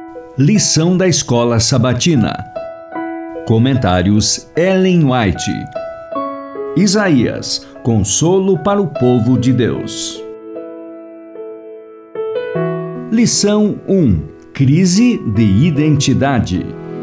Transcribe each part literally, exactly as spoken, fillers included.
Lição da Escola Sabatina. Comentários Ellen White. Isaías, consolo para o povo de Deus. Lição um. Crise de identidade.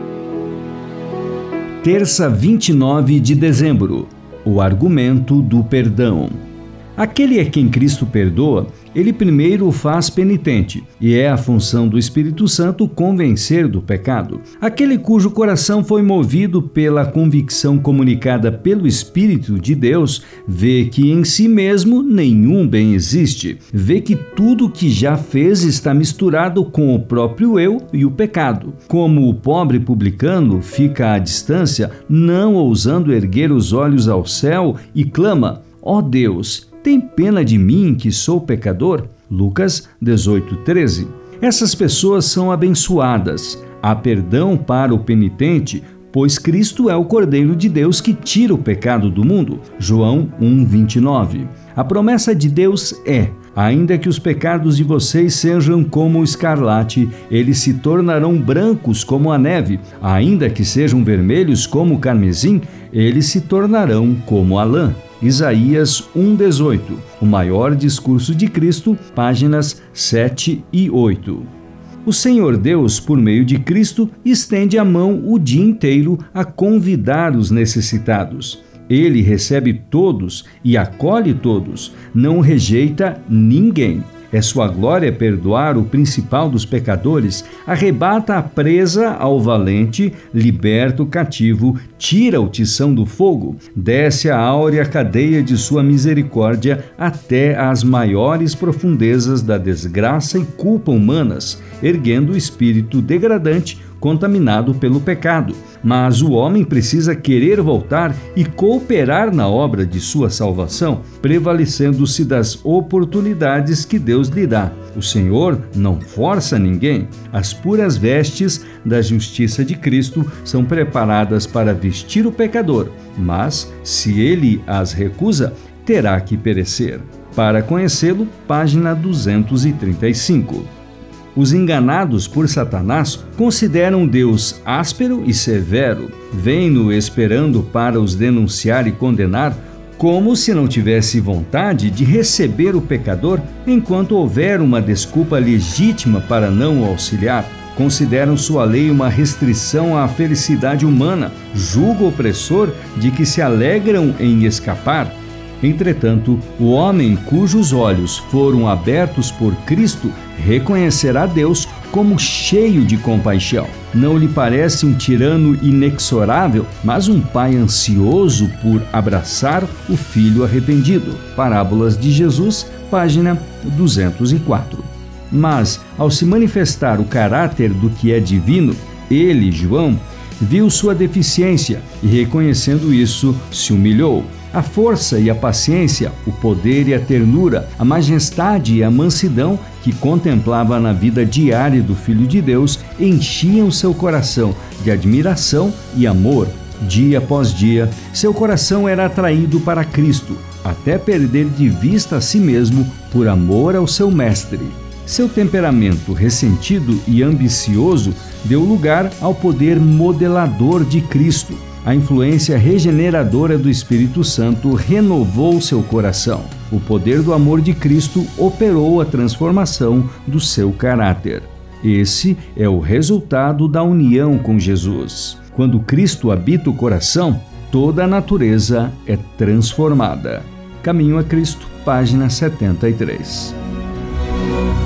Terça, vinte e nove de dezembro. O argumento do perdão. Aquele a quem Cristo perdoa, ele primeiro o faz penitente, e é a função do Espírito Santo convencer do pecado. Aquele cujo coração foi movido pela convicção comunicada pelo Espírito de Deus, vê que em si mesmo nenhum bem existe, vê que tudo que já fez está misturado com o próprio eu e o pecado. Como o pobre publicano fica à distância, não ousando erguer os olhos ao céu, e clama: ó Deus, tem pena de mim que sou pecador? Lucas dezoito, treze. Essas pessoas são abençoadas. Há perdão para o penitente, pois Cristo é o Cordeiro de Deus que tira o pecado do mundo. João um, vinte e nove. A promessa de Deus é: ainda que os pecados de vocês sejam como o escarlate, eles se tornarão brancos como a neve. Ainda que sejam vermelhos como o carmesim, eles se tornarão como a lã. Isaías um, dezoito. O maior discurso de Cristo, páginas sete e oito. O Senhor Deus, por meio de Cristo, estende a mão o dia inteiro a convidar os necessitados. Ele recebe todos e acolhe todos, não rejeita ninguém. É sua glória perdoar o principal dos pecadores, arrebata a presa ao valente, liberta o cativo, tira o tição do fogo, desce a áurea cadeia de sua misericórdia até às maiores profundezas da desgraça e culpa humanas, erguendo o espírito degradante contaminado pelo pecado. Mas o homem precisa querer voltar e cooperar na obra de sua salvação, prevalecendo-se das oportunidades que Deus lhe dá. O Senhor não força ninguém. As puras vestes da justiça de Cristo são preparadas para vestir o pecador, mas, se ele as recusa, terá que perecer. Para conhecê-lo, página duzentos e trinta e cinco. Os enganados por Satanás consideram Deus áspero e severo, vêm-no esperando para os denunciar e condenar, como se não tivesse vontade de receber o pecador enquanto houver uma desculpa legítima para não o auxiliar. Consideram sua lei uma restrição à felicidade humana, julgo opressor de que se alegram em escapar. Entretanto, o homem cujos olhos foram abertos por Cristo reconhecerá Deus como cheio de compaixão. Não lhe parece um tirano inexorável, mas um pai ansioso por abraçar o filho arrependido. Parábolas de Jesus, página duzentos e quatro. Mas, ao se manifestar o caráter do que é divino, ele, João, viu sua deficiência e, reconhecendo isso, se humilhou. A força e a paciência, o poder e a ternura, a majestade e a mansidão que contemplava na vida diária do Filho de Deus enchiam seu coração de admiração e amor. Dia após dia, seu coração era atraído para Cristo, até perder de vista a si mesmo por amor ao seu Mestre. Seu temperamento ressentido e ambicioso deu lugar ao poder modelador de Cristo. A influência regeneradora do Espírito Santo renovou seu coração. O poder do amor de Cristo operou a transformação do seu caráter. Esse é o resultado da união com Jesus. Quando Cristo habita o coração, toda a natureza é transformada. Caminho a Cristo, página setenta e três.